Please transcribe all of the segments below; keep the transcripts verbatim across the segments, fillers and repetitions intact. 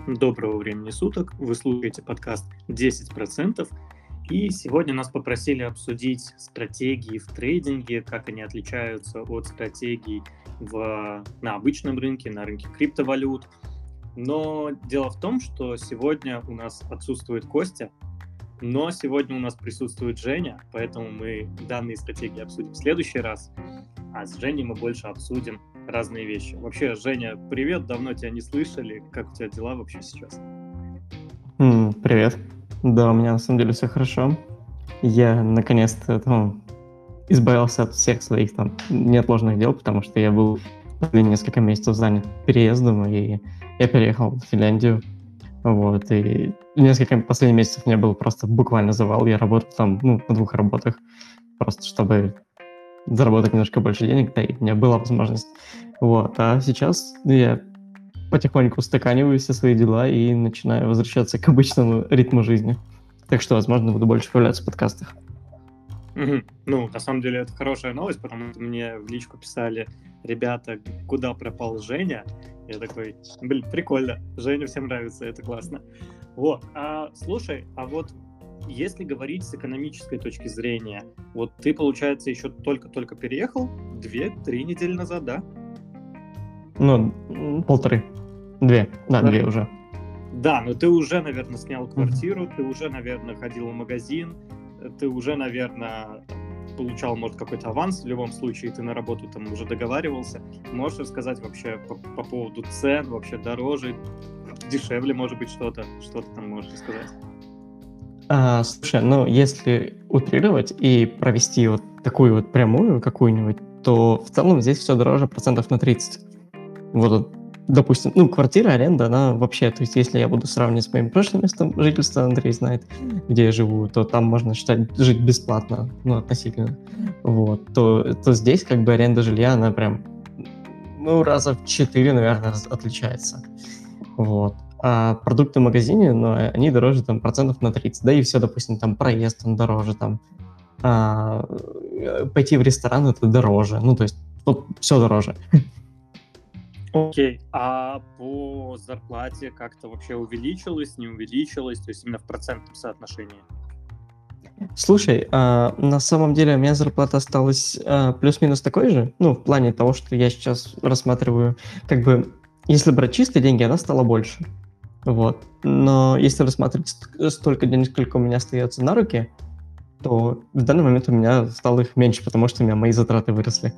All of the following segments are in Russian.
Доброго времени суток. Вы слушаете подкаст десять процентов. И сегодня нас попросили обсудить стратегии в трейдинге, как они отличаются от стратегий в, на обычном рынке, на рынке криптовалют. Но дело в том, что сегодня у нас отсутствует Костя, но сегодня у нас присутствует Женя, поэтому мы данные стратегии обсудим в следующий раз, а с Женей мы больше обсудим разные вещи. Вообще, Женя, привет, давно тебя не слышали. Как у тебя дела вообще сейчас? Mm, привет. Да, у меня на самом деле все хорошо. Я наконец-то ну, избавился от всех своих там неотложных дел, потому что я был последние несколько месяцев занят переездом, и я переехал в Финляндию. Вот, и несколько последних месяцев у меня был просто буквально завал. Я работал там ну, на двух работах, просто чтобы заработать немножко больше денег, да, и у меня была возможность. Вот, а сейчас я потихоньку устаканиваю все свои дела и начинаю возвращаться к обычному ритму жизни. Так что, возможно, буду больше появляться в подкастах. Mm-hmm. Ну, на самом деле, это хорошая новость, потому что мне в личку писали ребята, куда пропал Женя. Я такой, блин, прикольно, Женя всем нравится, это классно. Вот, а слушай, а вот если говорить с экономической точки зрения, вот ты, получается, еще только-только переехал две-три недели назад, да? Ну, полторы. Две. Да, да, две уже. Да, но ты уже, наверное, снял квартиру, mm-hmm. ты уже, наверное, ходил в магазин, ты уже, наверное, получал, может, какой-то аванс. В любом случае, ты на работу там уже договаривался. Можешь рассказать вообще по, по поводу цен, вообще дороже, дешевле, может быть, что-то? Что ты там можешь рассказать? А, слушай, ну, если утрировать и провести вот такую вот прямую какую-нибудь, то в целом здесь все дороже процентов на тридцать. Вот, допустим, ну, квартира, аренда, она вообще, то есть если я буду сравнивать с моим прошлым местом жительства, Андрей знает, где я живу, то там можно считать жить бесплатно, ну, относительно, вот, то, то здесь как бы аренда жилья, она прям, ну, раза в четыре, наверное, отличается, вот. А продукты в магазине, ну, они дороже там процентов на тридцать, да и все, допустим, там проезд, он дороже, там, а, пойти в ресторан, это дороже, ну, то есть вот, все дороже. Окей, okay. А по зарплате как-то вообще увеличилось, не увеличилось, то есть именно в процентном соотношении? Слушай, а, на самом деле у меня зарплата осталась а, плюс-минус такой же, ну, в плане того, что я сейчас рассматриваю, как бы, если брать чистые деньги, она стала больше, вот, но если рассматривать столько денег, сколько у меня остается на руки, то в данный момент у меня стало их меньше, потому что у меня мои затраты выросли.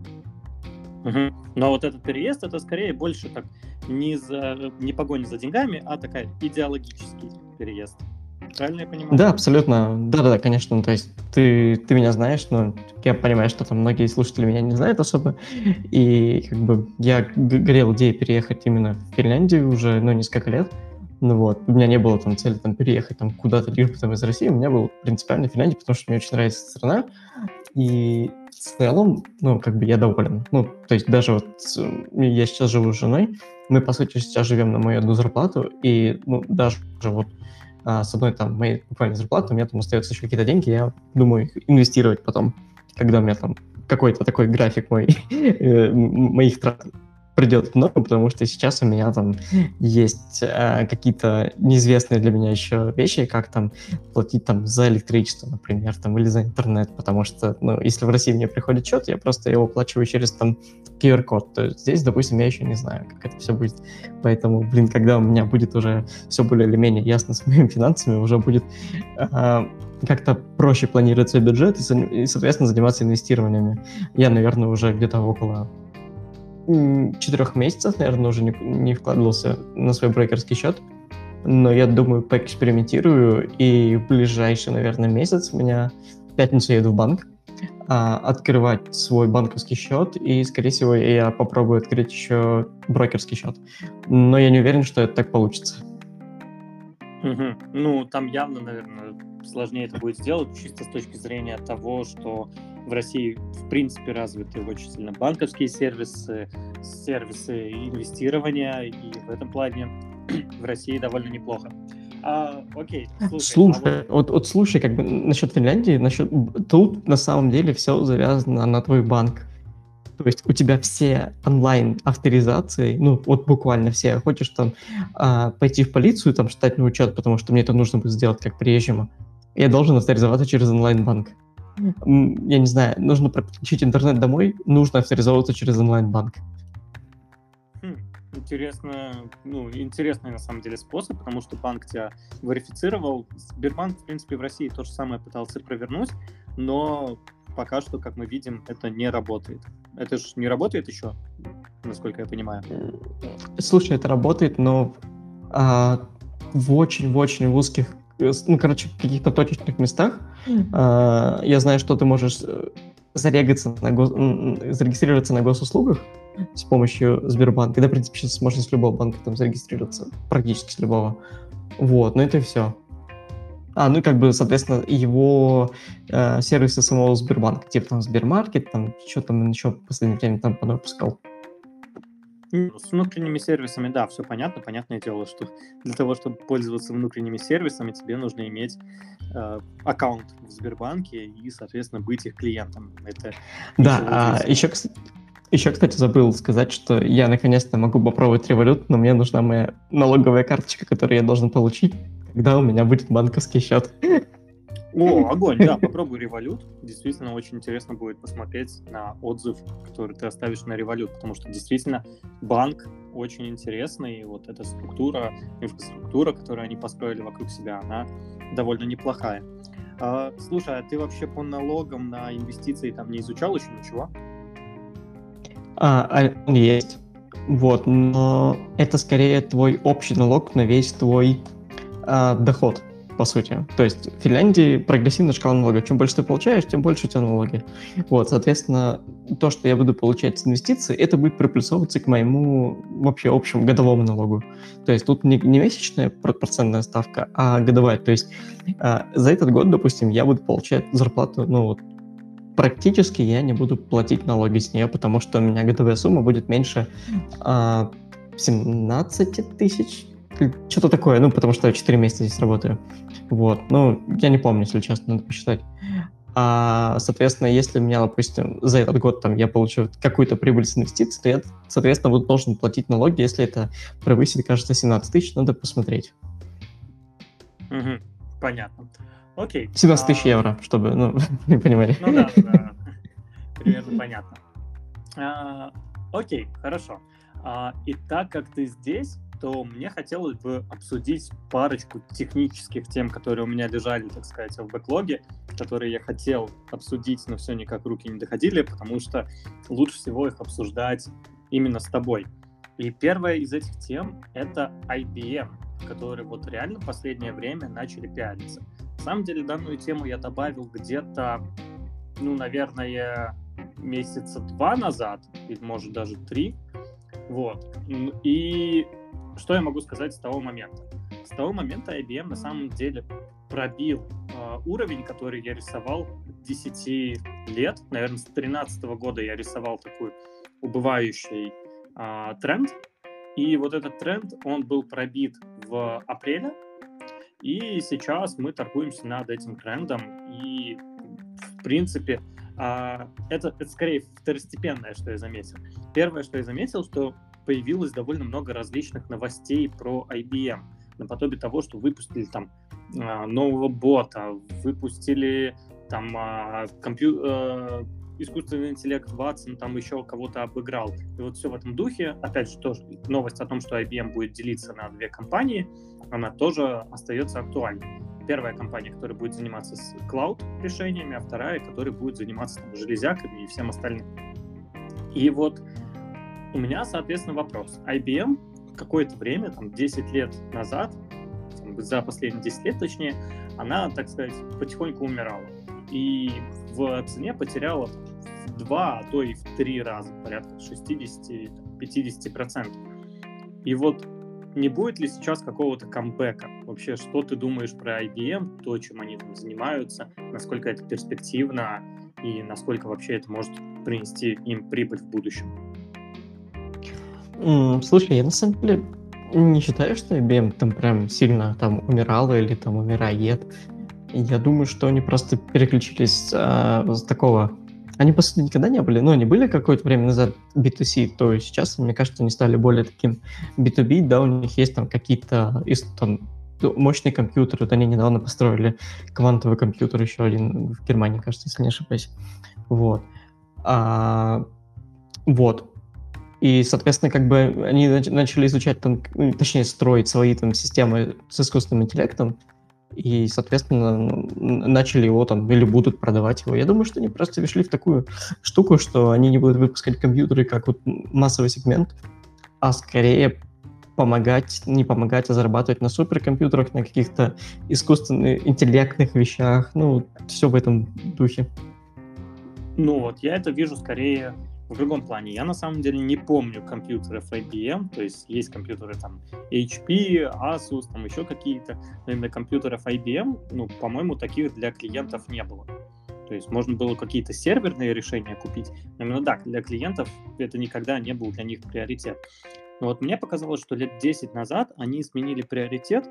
Угу. Но вот этот переезд, это скорее больше так не, за, не погоня за деньгами, а такая идеологический переезд. Правильно я понимаю? Да, абсолютно. Да-да-да, конечно. То есть ты, ты меня знаешь, но я понимаю, что там многие слушатели меня не знают особо. И как бы я горел идеей переехать именно в Финляндию уже, ну, несколько лет. Ну вот, у меня не было там цели там переехать там куда-то, лишь бы там из России. У меня был принципиально Финляндия, потому что мне очень нравится страна. И в целом, ну, как бы я доволен. Ну, то есть даже вот я сейчас живу с женой, мы, по сути, сейчас живем на мою одну зарплату, и, ну, даже вот а, с одной там моей буквально зарплаты у меня там остается еще какие-то деньги, я думаю их инвестировать потом, когда у меня там какой-то такой график мой, моих трат придет много, потому что сейчас у меня там есть э, какие-то неизвестные для меня еще вещи, как там платить там за электричество, например, там, или за интернет, потому что, ну, если в России мне приходит счет, я просто его оплачиваю через там ку ар-код, то есть здесь, допустим, я еще не знаю, как это все будет, поэтому, блин, когда у меня будет уже все более или менее ясно с моими финансами, уже будет э, как-то проще планировать свой бюджет и, и, соответственно, заниматься инвестированиями. Я, наверное, уже где-то около четырех месяцев, наверное, уже не, не вкладывался на свой брокерский счет, но я думаю, поэкспериментирую, и в ближайший, наверное, месяц у меня в пятницу я еду в банк, а, открывать свой банковский счет, и, скорее всего, я попробую открыть еще брокерский счет. Но я не уверен, что это так получится. Угу. Ну, там явно, наверное, сложнее это будет сделать, чисто с точки зрения того, что в России, в принципе, развиты очень сильно банковские сервисы, сервисы инвестирования, и в этом плане в России довольно неплохо. А, окей, слушай. Слушай, а вот... вот, вот слушай, как бы насчет Финляндии, насчет тут на самом деле все завязано на твой банк. То есть у тебя все онлайн-авторизации, ну, вот буквально все. Хочешь там а, пойти в полицию, там, встать на учет, потому что мне это нужно будет сделать как приезжему, я должен авторизоваться через онлайн-банк. М, Я не знаю, нужно подключить интернет домой, нужно авторизовываться через онлайн-банк. Хм, интересно, ну, интересный на самом деле способ, потому что банк тебя верифицировал. Сбербанк, в принципе, в России то же самое пытался провернуть, но пока что, как мы видим, это не работает. Это же не работает еще, насколько я понимаю. Слушай, это работает, но а, в очень-очень узких, э, с- ну, короче, в каких-то точечных местах. А, я знаю, что ты можешь э, зарегаться на гос- м, м, зарегистрироваться на госуслугах с помощью Сбербанка. Да, в принципе, сейчас можно с любого банка там зарегистрироваться, практически с любого. Вот, но это и все. А, ну и как бы, соответственно, его э, сервисы самого Сбербанка, типа там Сбермаркет, там что там он еще в последнее время там понапускал. Ну, с внутренними сервисами, да, все понятно. Понятное дело, что для того, чтобы пользоваться внутренними сервисами, тебе нужно иметь э, аккаунт в Сбербанке и, соответственно, быть их клиентом. Это Да, ничего а удивительного. еще, кс- еще, кстати, забыл сказать, что я наконец-то могу попробовать Revolut, но мне нужна моя налоговая карточка, которую я должен получить, когда у меня будет банковский счет. О, огонь, да, попробуй Revolut. Действительно, очень интересно будет посмотреть на отзыв, который ты оставишь на Revolut, потому что действительно банк очень интересный, и вот эта структура, инфраструктура, которую они построили вокруг себя, она довольно неплохая. А, слушай, а ты вообще по налогам на инвестиции там не изучал еще ничего? А, а он есть, вот, но это скорее твой общий налог на весь твой а, доход, по сути. То есть в Финляндии прогрессивная шкала налога. Чем больше ты получаешь, тем больше у тебя налоги. Вот, соответственно, то, что я буду получать с инвестиций, это будет приплюсовываться к моему вообще общему годовому налогу. То есть тут не, не месячная про- процентная ставка, а годовая. То есть а, за этот год, допустим, я буду получать зарплату, ну вот, практически я не буду платить налоги с нее, потому что у меня годовая сумма будет меньше а, семнадцать тысяч, что-то такое, ну, потому что я четыре месяца здесь работаю. Вот, ну, я не помню, если честно, надо посчитать. А, соответственно, если у меня, допустим, за этот год там я получу какую-то прибыль с инвестиций, то я, соответственно, буду должен платить налоги, если это превысит, кажется, семнадцать тысяч, надо посмотреть. Мгм, понятно. Окей. семнадцать тысяч а, евро, чтобы, ну, вы понимали. ну да, да, да, примерно понятно. А, окей, хорошо. А, и так как ты здесь, то мне хотелось бы обсудить парочку технических тем, которые у меня лежали, так сказать, в бэклоге, которые я хотел обсудить, но все никак руки не доходили, потому что лучше всего их обсуждать именно с тобой. И первая из этих тем — это ай би эм, которые вот реально в последнее время начали пиариться. На самом деле данную тему я добавил где-то, ну, наверное, месяца два назад, или может даже три. Вот. М, И что я могу сказать с того момента? С того момента ай би эм на самом деле пробил э, уровень, который я рисовал десять лет. Наверное, с тринадцатого года я рисовал такой убывающий э, тренд. И вот этот тренд, он был пробит в апреле. И сейчас мы торгуемся над этим трендом. И, в принципе, а, это, это скорее второстепенное, что я заметил. Первое, что я заметил, что появилось довольно много различных новостей про ай би эм. Наподобие того, что выпустили там а, нового бота, выпустили там а, компью... э, искусственный интеллект Watson там еще кого-то обыграл. И вот все в этом духе. Опять же, тоже новость о том, что ай би эм будет делиться на две компании, она тоже остается актуальной. Первая компания, которая будет заниматься с клауд-решениями, а вторая, которая будет заниматься там, железяками и всем остальным. И вот у меня, соответственно, вопрос. ай би эм какое-то время, там, десять лет назад, там, за последние десять лет, точнее, она, так сказать, потихоньку умирала. И в цене потеряла в два, а то и в три раза, порядка шестьдесят-пятьдесят процентов. И вот не будет ли сейчас какого-то камбэка? Вообще, что ты думаешь про ай би эм, то, чем они там занимаются, насколько это перспективно и насколько вообще это может принести им прибыль в будущем? М, Слушай, я на самом деле не считаю, что ай би эм там прям сильно там умирала или там умирает. Я думаю, что они просто переключились а, с такого Они, по сути, никогда не были, ну, они были какое-то время назад би ту си, то сейчас, мне кажется, они стали более таким би ту би, да, у них есть там какие-то из, там, мощные компьютеры, вот они недавно построили квантовый компьютер еще один в Германии, кажется, если не ошибаюсь. Вот. А, вот. И, соответственно, как бы они нач- начали изучать, там, ну, точнее, строить свои там системы с искусственным интеллектом, и, соответственно, ну, н- начали его там или будут продавать его. Я думаю, что они просто вошли в такую штуку, что они не будут выпускать компьютеры как вот м, массовый сегмент, а скорее помогать, не помогать, а зарабатывать на суперкомпьютерах, на каких-то искусственных интеллектных вещах, ну, все в этом духе. Ну вот, я это вижу скорее в другом плане. Я на самом деле не помню компьютеров ай би эм, то есть есть компьютеры там эйч пи, Asus, там еще какие-то, но именно компьютеров ай би эм, ну, по-моему, таких для клиентов не было. То есть можно было какие-то серверные решения купить, но именно да, для клиентов это никогда не был для них приоритет. Но вот мне показалось, что лет десять назад они сменили приоритет,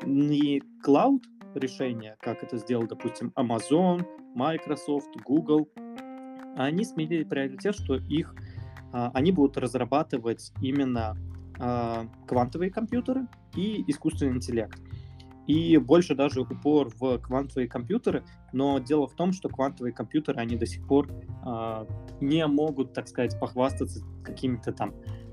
не cloud решения, как это сделал, допустим, Amazon, Microsoft, Google, а они сменили приоритет, что их, а, они будут разрабатывать именно а, квантовые компьютеры и искусственный интеллект. И больше даже упор в квантовые компьютеры, но дело в том, что квантовые компьютеры, они до сих пор а, не могут, так сказать, похвастаться какими-то там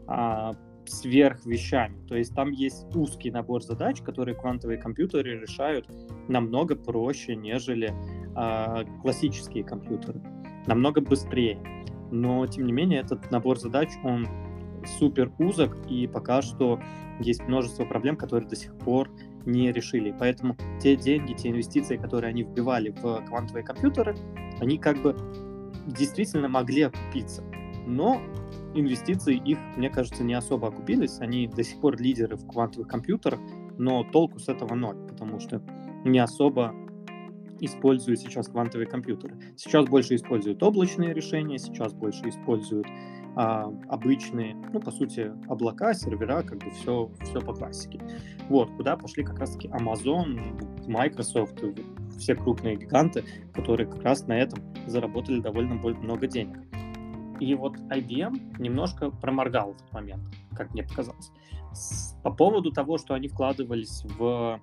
а, сверхвещами. То есть там есть узкий набор задач, которые квантовые компьютеры решают намного проще, нежели а, классические компьютеры, намного быстрее. Но, тем не менее, этот набор задач, он супер узок, и пока что есть множество проблем, которые до сих пор не решили. Поэтому те деньги, те инвестиции, которые они вбивали в квантовые компьютеры, они как бы действительно могли окупиться. Но инвестиции их, мне кажется, не особо окупились. Они до сих пор лидеры в квантовых компьютерах, но толку с этого ноль, потому что не особо используют сейчас квантовые компьютеры. Сейчас больше используют облачные решения, сейчас больше используют а, обычные, ну, по сути, облака, сервера, как бы все, все по классике. Вот, куда пошли как раз-таки Amazon, Microsoft, все крупные гиганты, которые как раз на этом заработали довольно много денег. И вот ай би эм немножко проморгал в этот момент, как мне показалось. С, по поводу того, что они вкладывались в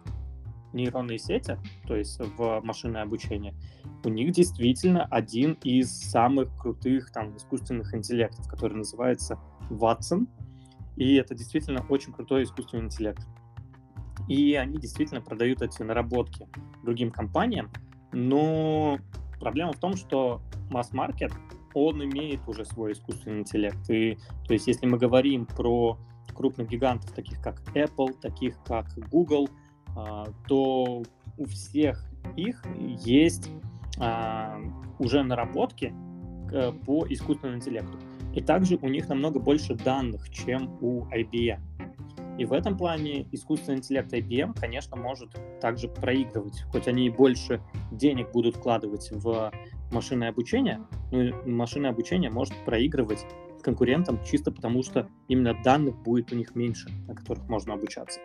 нейронные сети, то есть в машинное обучение, у них действительно один из самых крутых там искусственных интеллектов, который называется Watson, и это действительно очень крутой искусственный интеллект. И они действительно продают эти наработки другим компаниям, но проблема в том, что масс-маркет, он имеет уже свой искусственный интеллект. И, то есть если мы говорим про крупных гигантов, таких как Apple, таких как Google, то у всех их есть а, уже наработки а, по искусственному интеллекту. И также у них намного больше данных, чем у ай би эм. И в этом плане искусственный интеллект ай би эм, конечно, может также проигрывать. Хоть они и больше денег будут вкладывать в машинное обучение, но машинное обучение может проигрывать конкурентам чисто потому, что именно данных будет у них меньше, на которых можно обучаться.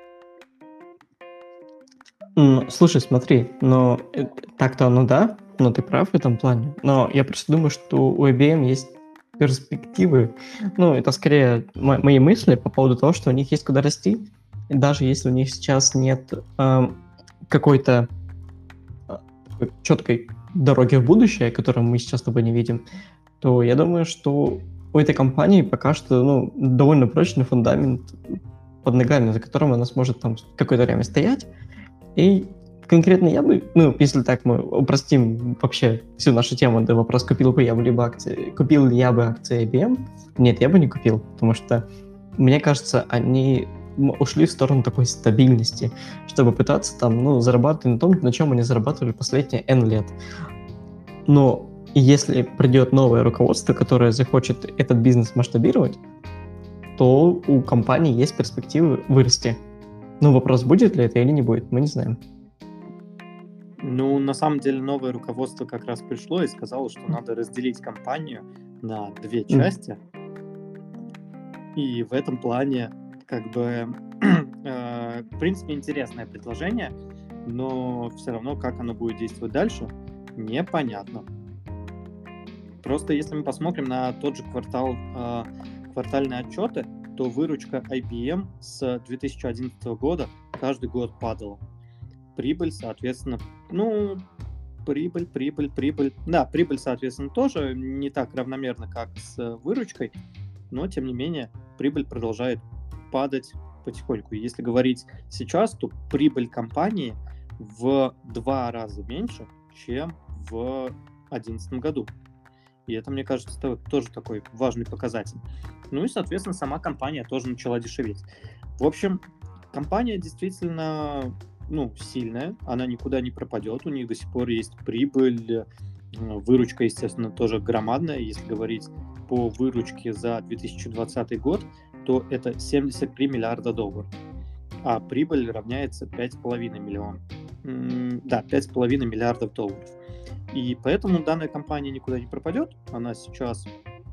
М, Слушай, смотри, но э, так-то оно да, но ты прав в этом плане. Но я просто думаю, что у ай би эм есть перспективы. Ну, это скорее мо- мои мысли по поводу того, что у них есть куда расти. И даже если у них сейчас нет эм, какой-то э, четкой дороги в будущее, которую мы сейчас с тобой не видим, то я думаю, что у этой компании пока что ну, довольно прочный фундамент под ногами, за которым она сможет там какое-то время стоять. И конкретно я бы, ну, если так мы упростим вообще всю нашу тему, да, вопрос, купил бы я бы либо акции, купил ли я бы акции ай би эм? Нет, я бы не купил, потому что, мне кажется, они м, ушли в сторону такой стабильности, чтобы пытаться там, ну, зарабатывать на том, на чем они зарабатывали последние N лет. Но если придет новое руководство, которое захочет этот бизнес масштабировать, то у компании есть перспективы вырасти. Ну, вопрос, будет ли это или не будет, мы не знаем. Ну, на самом деле, новое руководство как раз пришло и сказало, что надо разделить компанию на две М. части. И в этом плане, как бы, э, в принципе, интересное предложение, но все равно, как оно будет действовать дальше, непонятно. Просто если мы посмотрим на тот же квартал, э, квартальные отчеты, то выручка ай би эм с две тысячи одиннадцатого года каждый год падала. Прибыль, соответственно, ну, прибыль, прибыль, прибыль. Да, прибыль, соответственно, тоже не так равномерно, как с выручкой, но, тем не менее, прибыль продолжает падать потихоньку. И если говорить сейчас, то прибыль компании в два раза меньше, чем в две тысячи одиннадцатом году. И это, мне кажется, то- тоже такой важный показатель. Ну и, соответственно, сама компания тоже начала дешеветь. В общем, компания действительно, ну, сильная, она никуда не пропадет, у них до сих пор есть прибыль, э, выручка, естественно, тоже громадная. Если говорить по выручке за две тысячи двадцатый год, то это семьдесят три миллиарда долларов, а прибыль равняется пять с половиной миллионов. М, Да, пять с половиной миллиардов долларов. И поэтому данная компания никуда не пропадет, она сейчас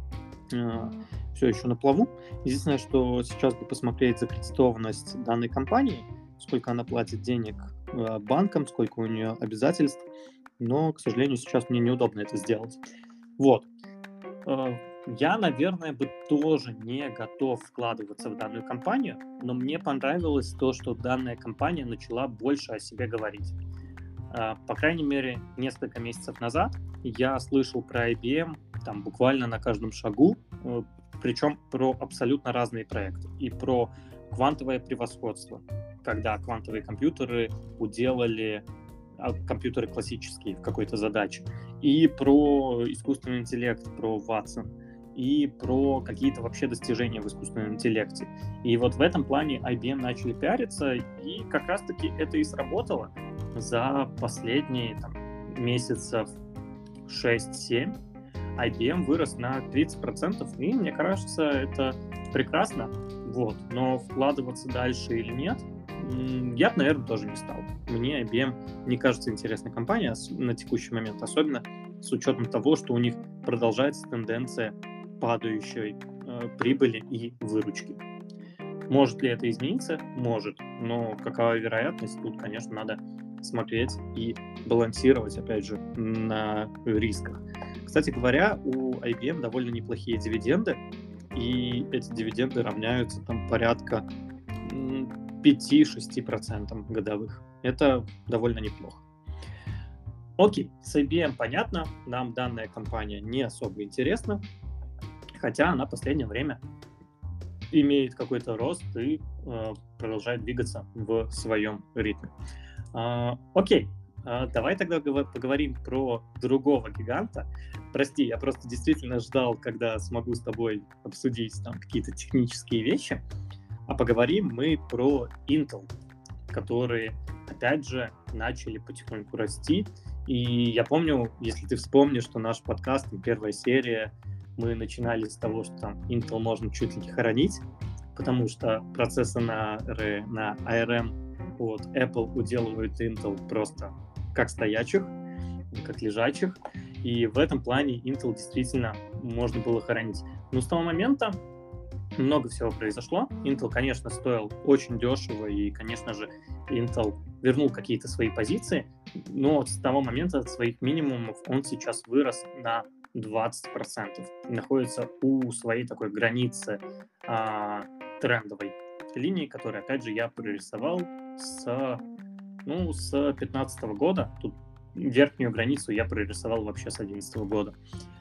все еще на плаву. Единственное, что сейчас бы посмотреть закредитованность данной компании, сколько она платит денег э, банкам, сколько у нее обязательств, но, к сожалению, сейчас мне неудобно это сделать. Вот. Э, Я, наверное, бы тоже не готов вкладываться в данную компанию, но мне понравилось то, что данная компания начала больше о себе говорить. Э, По крайней мере, несколько месяцев назад я слышал про ай би эм там буквально на каждом шагу, э, причем про абсолютно разные проекты. И про квантовое превосходство, когда квантовые компьютеры уделали а, компьютеры классические в какой-то задаче, и про искусственный интеллект, про Watson, и про какие-то вообще достижения в искусственном интеллекте. И вот в этом плане ай би эм начали пиариться, и как раз-таки это и сработало. За последние там, месяцев шесть-семь ай би эм вырос на тридцать процентов, и мне кажется, это прекрасно. Вот. Но вкладываться дальше или нет, м, я бы, наверное, тоже не стал. Мне ай би эм не кажется интересной компанией ос- на текущий момент, особенно с учетом того, что у них продолжается тенденция падающей э, прибыли и выручки. Может ли это измениться? Может. Но какова вероятность? Тут, конечно, надо смотреть и балансировать, опять же, на рисках. Кстати говоря, у ай би эм довольно неплохие дивиденды, и эти дивиденды равняются там порядка м, пять-шесть процентов годовых. Это довольно неплохо. Окей, с ай би эм понятно, нам данная компания не особо интересна, хотя она в последнее время имеет какой-то рост и э, продолжает двигаться в своем ритме. А, окей, а, давай тогда гова- поговорим про другого гиганта. Прости, я просто действительно ждал, когда смогу с тобой обсудить там какие-то технические вещи. А поговорим мы про Intel, которые, опять же, начали потихоньку расти. И я помню, если ты вспомнишь, что наш подкаст, там, первая серия, мы начинали с того, что там Intel можно чуть ли не хоронить, потому что процессоры на эй ар эм от Apple уделывают Intel просто как стоячих, как лежачих. И в этом плане Intel действительно можно было хоронить. Но с того момента много всего произошло. Intel, конечно, стоил очень дешево, и, конечно же, Intel вернул какие-то свои позиции, но с того момента от своих минимумов он сейчас вырос на двадцать процентов. Находится у своей такой границы а, трендовой линии, которую, опять же, я прорисовал с, ну, с две тысячи пятнадцатого года. Тут верхнюю границу я прорисовал вообще с две тысячи одиннадцатого года.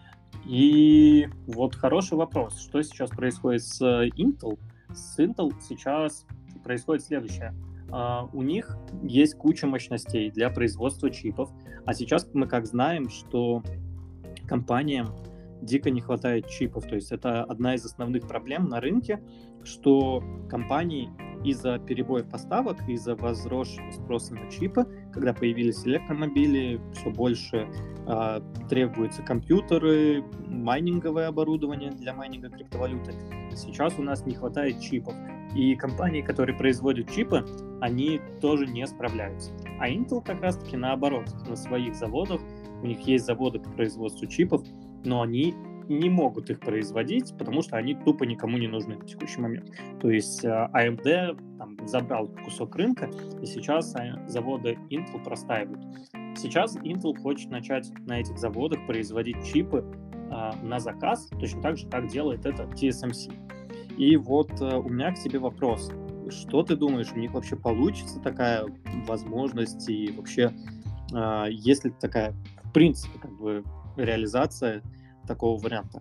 И вот хороший вопрос, что сейчас происходит с Intel? С Intel сейчас происходит следующее. Uh, у них есть куча мощностей для производства чипов, а сейчас мы как знаем, что компаниям дико не хватает чипов, то есть это одна из основных проблем на рынке, что компании из-за перебоев поставок, из-за возросшего спроса на чипы, когда появились электромобили, все больше э, требуются компьютеры, майнинговое оборудование для майнинга криптовалюты. Сейчас у нас не хватает чипов. И компании, которые производят чипы, они тоже не справляются. А Intel как раз-таки наоборот, на своих заводах, у них есть заводы по производству чипов, но они не могут их производить, потому что они тупо никому не нужны в текущий момент. То есть эй эм ди там, забрал кусок рынка, и сейчас заводы Intel простаивают. Сейчас Intel хочет начать на этих заводах производить чипы а, на заказ, точно так же, как делает это ти эс эм си. И вот а, у меня к тебе вопрос. Что ты думаешь, у них вообще получится такая возможность и вообще а, есть ли такая, в принципе, как бы реализация такого варианта?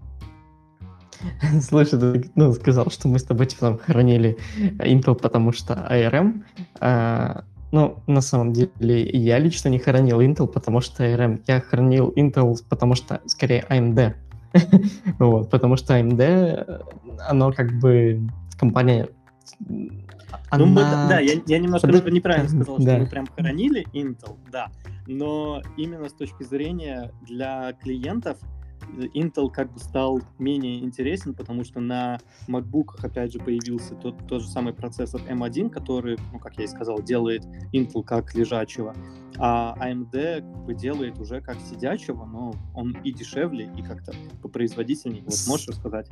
Слушай, ты ну, сказал, что мы с тобой типа, там хранили Intel, потому что эй ар эм. А, ну, на самом деле, я лично не хранил Intel, потому что эй ар эм. Я хранил Intel, потому что, скорее, эй эм ди. Вот, потому что эй эм ди, оно как бы компания... Ну, мы, Она... да, я, я немножко Подож- неправильно сказал, что Да. мы прям хоронили Intel, да, но именно с точки зрения для клиентов э, Intel как бы стал менее интересен, потому что на MacBook'ах опять же появился тот, тот же самый процессор эм один, который, ну, как я и сказал, делает Intel как лежачего, а эй эм ди как бы делает уже как сидячего, но он и дешевле, и как-то попроизводительнее. Вот можешь рассказать?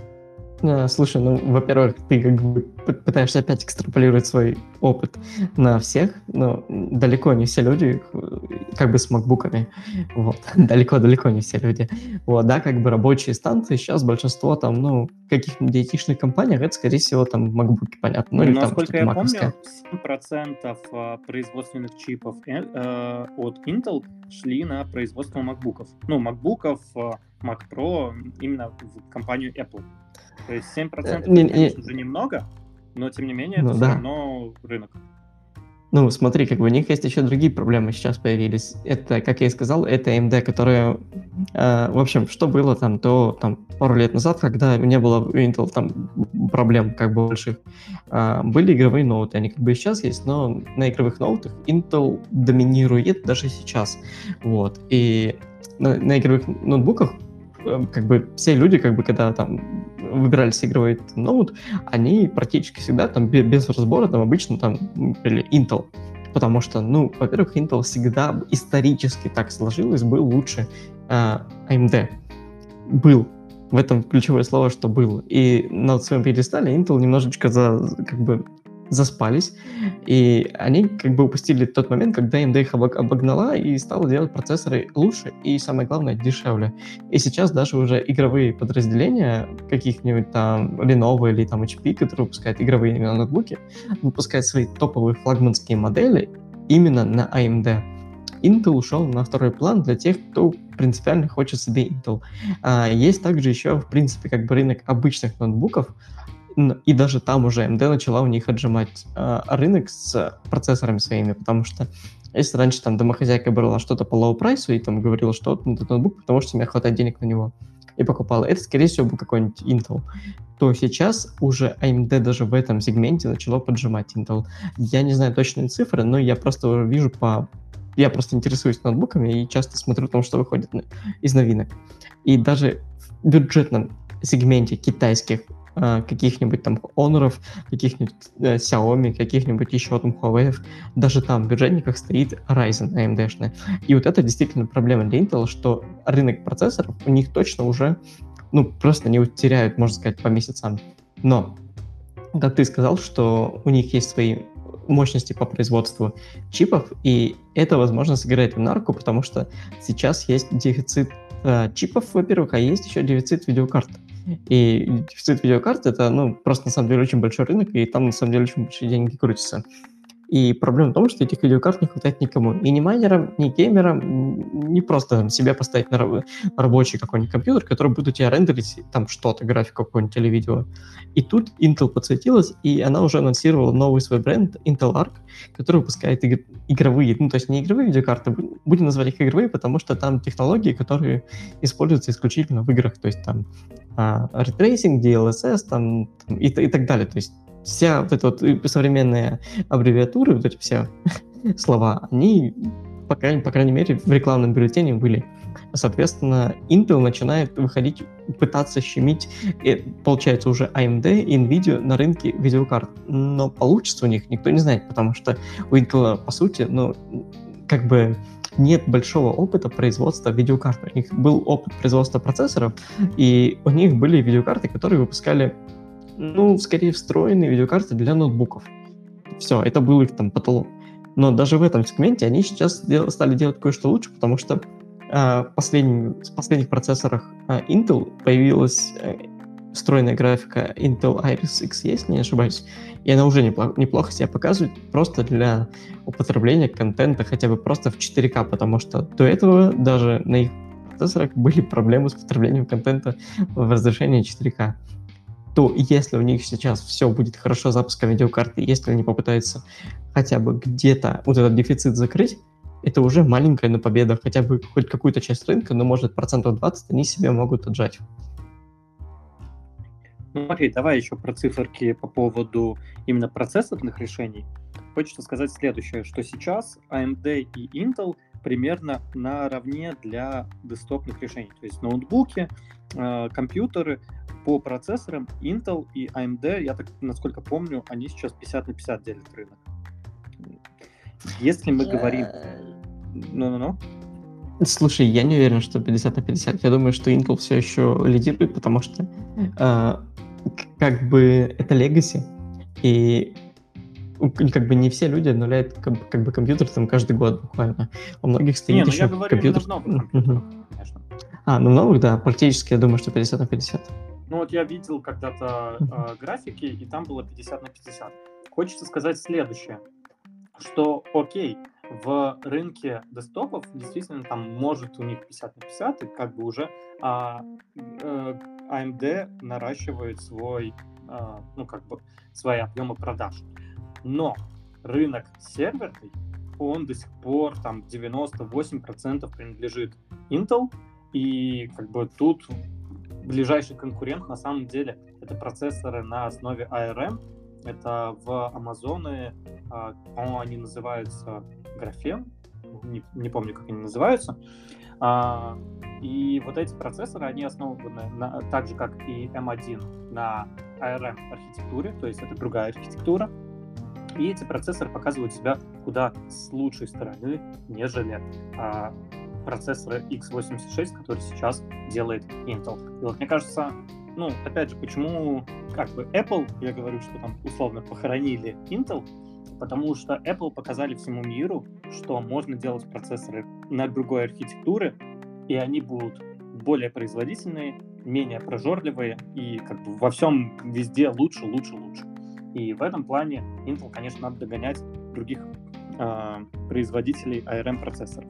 А, Слушай, ну, во-первых, ты как бы п- пытаешься опять экстраполировать свой опыт на всех, но далеко не все люди э, как бы с макбуками, вот, далеко-далеко не все люди. Вот, да, как бы рабочие станции, сейчас большинство там, ну, каких-нибудь айтишных компаниях, это, скорее всего, там макбуки, понятно, ну, или там Насколько что-то я маковское. помню, семь процентов а, производственных чипов э, э, от Intel шли на производство макбуков. Ну, макбуков, а, Mac Pro именно в компанию Apple. То есть семь Э, процентов не- это, не- конечно же, немного, но тем не менее Ну, это все да. равно рынок. Ну, смотри, как бы у них есть еще другие проблемы сейчас появились. Это, как я и сказал, это эй эм ди, которая... э, в общем, что было там, то там пару лет назад, когда не было у Intel там проблем как бы больших, а, были игровые ноуты. Они как бы и сейчас есть, но на игровых ноутах Intel доминирует даже сейчас. Вот. И на, на игровых ноутбуках э, как бы все люди, как бы, когда там выбирали себе игровой ноут, они практически всегда там бе- без разбора там обычно там были Intel. Потому что, ну, во-первых, Intel всегда исторически так сложилось, был лучше э, эй эм ди. Был. В этом ключевое слово, что был. И на своем пьедестале Intel немножечко за, как бы заспались, и они как бы упустили тот момент, когда эй эм ди их обог- обогнала и стала делать процессоры лучше и, самое главное, дешевле. И сейчас даже уже игровые подразделения каких-нибудь там Lenovo или там эйч пи, которые выпускают игровые именно ноутбуки, выпускают свои топовые флагманские модели именно на эй эм ди. Intel ушел на второй план для тех, кто принципиально хочет себе Intel. А, есть также еще, в принципе, как бы рынок обычных ноутбуков, н- и даже там уже эй эм ди начала у них отжимать а, рынок с процессорами своими, потому что если раньше там домохозяйка брала что-то по лоу прайсу и там говорила, что вот этот ноутбук, потому что у меня хватает денег на него, и покупала, это, скорее всего, был какой-нибудь Intel, то сейчас уже эй эм ди даже в этом сегменте начало поджимать Intel. Я не знаю точные цифры, но я просто уже вижу по... Я просто интересуюсь ноутбуками и часто смотрю там, что выходит на- из новинок. И даже в бюджетном сегменте китайских а, каких-нибудь там Honor, каких-нибудь э, Xiaomi, каких-нибудь еще там Huawei, даже там в бюджетниках стоит Ryzen эй эм ди-шная. И вот это действительно проблема для Intel, что рынок процессоров у них точно уже, ну, просто не теряют, можно сказать, по месяцам. Но, как ты сказал, что у них есть свои мощности по производству чипов, и это, возможно, сыграет им на руку, потому что сейчас есть дефицит э, чипов, во-первых, а есть еще дефицит видеокарт. И дефицит видеокарт — это, ну, просто, на самом деле, очень большой рынок, и там, на самом деле, очень большие деньги крутятся. И проблема в том, что этих видеокарт не хватает никому. И ни майнерам, ни геймерам, м, не просто там, себе поставить на раб- рабочий какой-нибудь компьютер, который будет у тебя рендерить там что-то, графику какое-нибудь или видео. И тут Intel подсветилась, и она уже анонсировала новый свой бренд Intel Arc, который выпускает иг- игровые, ну то есть не игровые видеокарты, бу- будем называть их игровые, потому что там технологии, которые используются исключительно в играх, то есть там а, рейтрейсинг, ди эл эс эс там, там и, т- и так далее. То есть вся вот эта вот э, современная аббревиатуры, вот эти все слова, они, по крайней, по крайней мере, в рекламном бюллетене были. Соответственно, Intel начинает выходить, пытаться щемить, и, получается, уже эй эм ди и Nvidia на рынке видеокарт. Но получится у них, никто не знает, потому что у Intel, по сути, ну, как бы нет большого опыта производства видеокарт. У них был опыт производства процессоров, и у них были видеокарты, которые выпускали, ну, скорее встроенные видеокарты для ноутбуков. Все, это был их там потолок. Но даже в этом сегменте они сейчас дел- стали делать кое-что лучше, потому что а, последний, в последних процессорах а, Intel появилась а, встроенная графика Intel Iris X, если не ошибаюсь, и она уже неплохо, неплохо себя показывает просто для употребления контента хотя бы просто в четыре ка, потому что до этого даже на их процессорах были проблемы с потреблением контента в разрешении четыре ка. То если у них сейчас все будет хорошо с запуском видеокарты, если они попытаются хотя бы где-то вот этот дефицит закрыть, это уже маленькая, но победа, хотя бы хоть какую-то часть рынка, но может процентов двадцать они себе могут отжать. Ну, смотри, давай еще про циферки по поводу именно процессорных решений. Хочется сказать следующее, что сейчас эй эм ди и Intel примерно наравне для десктопных решений. То есть ноутбуки, э, компьютеры по процессорам Intel и эй эм ди, я так, насколько помню, они сейчас пятьдесят на пятьдесят делят рынок. Если мы говорим... Ну-ну-ну. Слушай, я не уверен, что пятьдесят на пятьдесят. Я думаю, что Intel все еще лидирует, потому что э, как бы это legacy, и как бы не все люди обновляют как, как бы компьютер там каждый год буквально. У многих стоит не, ну еще я говорю компьютер. именно в новых компьютерах, конечно. А, ну новых, да, практически, я думаю, что пятьдесят на пятьдесят. Ну вот я видел когда-то э, графики, и там было пятьдесят на пятьдесят. Хочется сказать следующее, что окей, в рынке десктопов действительно там может у них пятьдесят на пятьдесят, и как бы уже а, э, эй эм ди наращивает свой, а, ну как бы свои объемы продаж. Но рынок серверный, он до сих пор там девяносто восемь процентов принадлежит Intel, и как бы тут ближайший конкурент на самом деле это процессоры на основе эй ар эм. Это в Амазоны, а, по-моему, они называются Графен, не, не помню, как они называются. А, и вот эти процессоры, они основаны на, так же, как и эм один, на эй ар эм архитектуре, то есть это другая архитектура. И эти процессоры показывают себя куда с лучшей стороны, нежели а, процессоры икс восемьдесят шесть, который сейчас делает Intel. И вот мне кажется, ну, опять же, почему как бы Apple, я говорю, что там условно похоронили Intel, потому что Apple показали всему миру, что можно делать процессоры на другой архитектуре, и они будут более производительные, менее прожорливые, и как бы во всем везде лучше, лучше, лучше. И в этом плане Intel, конечно, надо догонять других э, производителей эй ар эм процессоров.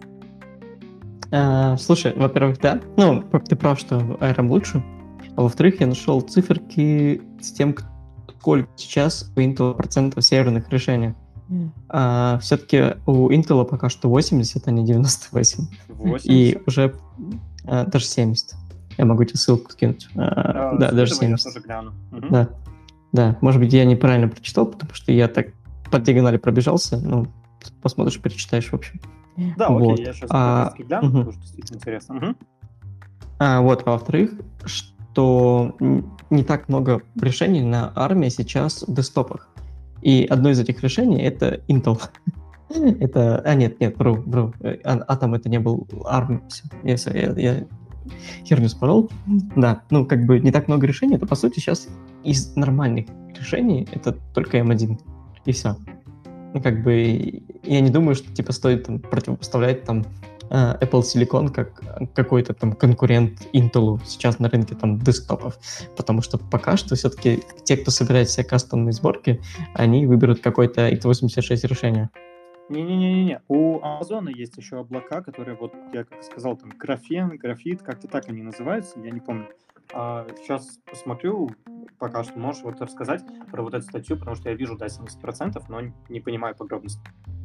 А, слушай, во-первых, да, ну, ты прав, что эй ар эм лучше, а во-вторых, я нашел циферки с тем, сколько сейчас у Intel процентов серверных решений. А, все-таки у Intel пока что восемьдесят, а не девяносто восемь. восемьдесят? И уже а, даже семьдесят. Я могу тебе ссылку скинуть. А, а, да, даже семьдесят. Я тоже гляну. Угу. Да. Да, может быть, я неправильно прочитал, потому что я так по диагонали пробежался. Ну, посмотришь, перечитаешь, в общем. Да, вот. Окей, я сейчас а, гляну, угу. Потому что действительно интересно. Угу. А, вот, а во-вторых, что не так много решений на армии сейчас в десктопах. И одно из этих решений — это Intel. Это... А, нет, нет, вру, вру. А там это не был арм. Я, я, я херню спорол. Да, ну, как бы не так много решений. Это, по сути, сейчас из нормальных решений это только эм один. И все. Ну, как бы я не думаю, что, типа, стоит там противопоставлять там Apple Silicon как какой-то там конкурент Intel сейчас на рынке там десктопов, потому что пока что все-таки те, кто собирает все кастомные сборки, они выберут какое-то икс восемьдесят шесть решение. Не-не-не-не, у Amazon есть еще облака, которые, вот я как сказал, там графен, графит, как-то так они называются, я не помню. А, сейчас посмотрю, пока что можешь вот рассказать про вот эту статью, потому что я вижу, да, семьдесят процентов, но не понимаю подробностей.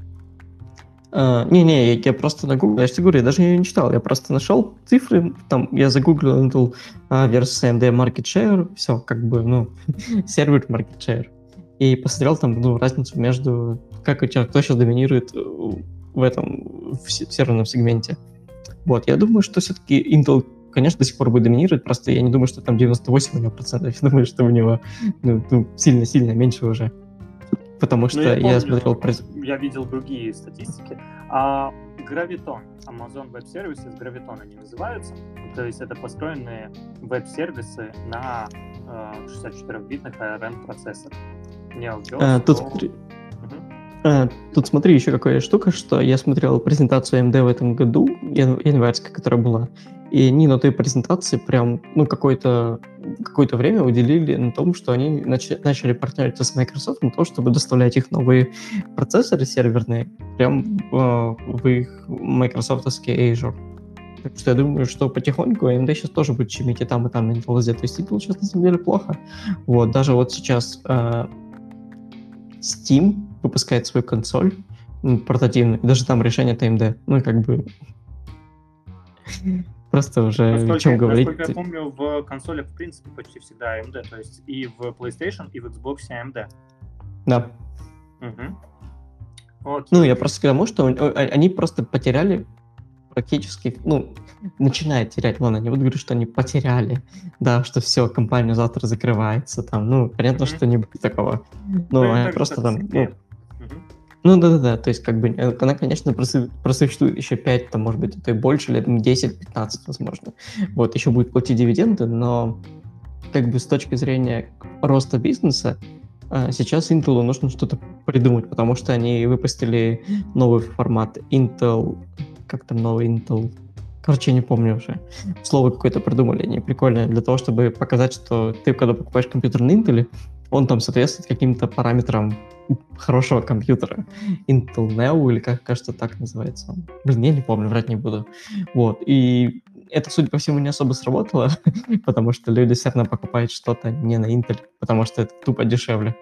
Uh, не-не, я, я просто нагуглил, я же тебе говорю, я даже ее не читал, я просто нашел цифры, там, я загуглил Intel uh, versus эй эм ди Market Share, все, как бы, ну, сервер Market Share, и посмотрел там, ну, разницу между, как у тебя, кто сейчас доминирует в этом, в серверном сегменте. Вот, я думаю, что все-таки Intel, конечно, до сих пор будет доминировать, просто я не думаю, что там девяносто восемь у него процентов, я думаю, что у него, ну, ну сильно-сильно меньше уже. Потому что я, помню, я смотрел... Я видел другие статистики. А Graviton, Amazon Web Services, Graviton они называются. То есть это построенные веб-сервисы на э, шестьдесят четырёхбитных эй ар эм процессорах. А, тут... Угу. А, тут смотри, еще какая штука, что я смотрел презентацию эй эм ди в этом году, ян- январская, которая была, и они на той презентации прям, ну, какое-то, какое-то время уделили на том, что они нач- начали партнериться с Microsoft на то, чтобы доставлять их новые процессоры серверные прям э, в их майкрософтовский Azure. Так что я думаю, что потихоньку эй эм ди сейчас тоже будет щемить и там, и там Intel везде. То есть Intel сейчас на самом деле плохо. Вот, даже вот сейчас э, Steam выпускает свою консоль м, портативную, и даже там решение эй эм ди. Ну, как бы, просто уже о Насколько, чем говорить. насколько я помню, в консолях, в принципе, почти всегда эй эм ди, то есть и в PlayStation, и в Xbox эй эм ди. Да. Угу. Окей. Ну, я просто к тому, что о- о- они просто потеряли практически, ну, начинают терять. Ладно, не буду говорить, что они потеряли, да, что все, компания завтра закрывается, там, ну, понятно, Мгм. что не будет такого. Ну, Примерно а так же, просто как там, с ну, Xperia. Мгм. ну да-да-да, то есть как бы э, она, конечно, просу- просуществует еще пять, там, может быть, это и больше, лет десять-пятнадцать, возможно. Вот, еще будет платить дивиденды, но как бы с точки зрения роста бизнеса а, сейчас Intel нужно что-то придумать, потому что они выпустили новый формат Intel, как там новый Intel, короче, я не помню уже. Слово какое-то придумали, они прикольное, для того, чтобы показать, что ты, когда покупаешь компьютер на Intel, он там соответствует каким-то параметрам хорошего компьютера. Intel Neo, или как, кажется, так называется он. Блин, я не помню, врать не буду. Вот, и это, судя по всему, не особо сработало, потому что люди все равно покупают что-то не на Intel, потому что это тупо дешевле.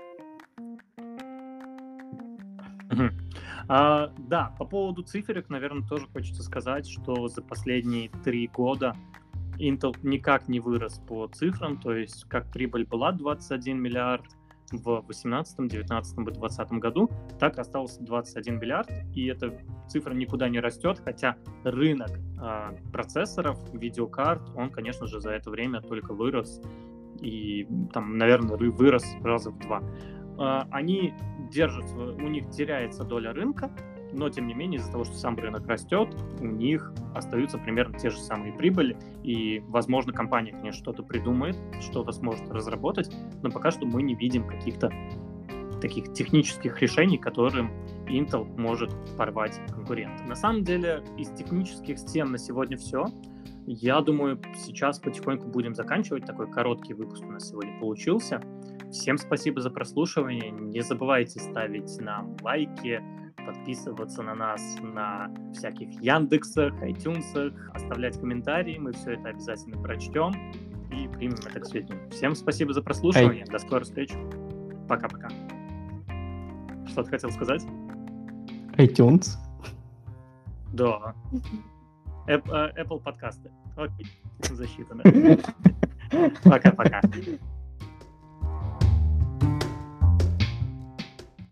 Мгм. А, да, по поводу циферок, наверное, тоже хочется сказать, что за последние три года Intel никак не вырос по цифрам, то есть как прибыль была двадцать один миллиард в восемнадцатом, девятнадцатом и двадцатом году, так и осталось двадцать один миллиард, и эта цифра никуда не растет, хотя рынок а, процессоров, видеокарт, он, конечно же, за это время только вырос, и там, наверное, ры- вырос раза в два. А, Они держатся, у них теряется доля рынка, но, тем не менее, из-за того, что сам рынок растет, у них остаются примерно те же самые прибыли, и, возможно, компания, конечно, что-то придумает, что-то сможет разработать, но пока что мы не видим каких-то таких технических решений, которым Intel может порвать конкурента. На самом деле, из технических тем на сегодня все. Я думаю, сейчас потихоньку будем заканчивать. Такой короткий выпуск у нас сегодня получился. Всем спасибо за прослушивание. Не забывайте ставить нам лайки, подписываться на нас на всяких Яндексах, iTunes, оставлять комментарии. Мы все это обязательно прочтем и примем это к сведению. Всем спасибо за прослушивание. До скорой встречи. Пока-пока. Что ты хотел сказать? iTunes. Да. Apple подкасты. Окей. Засчитано. Пока-пока.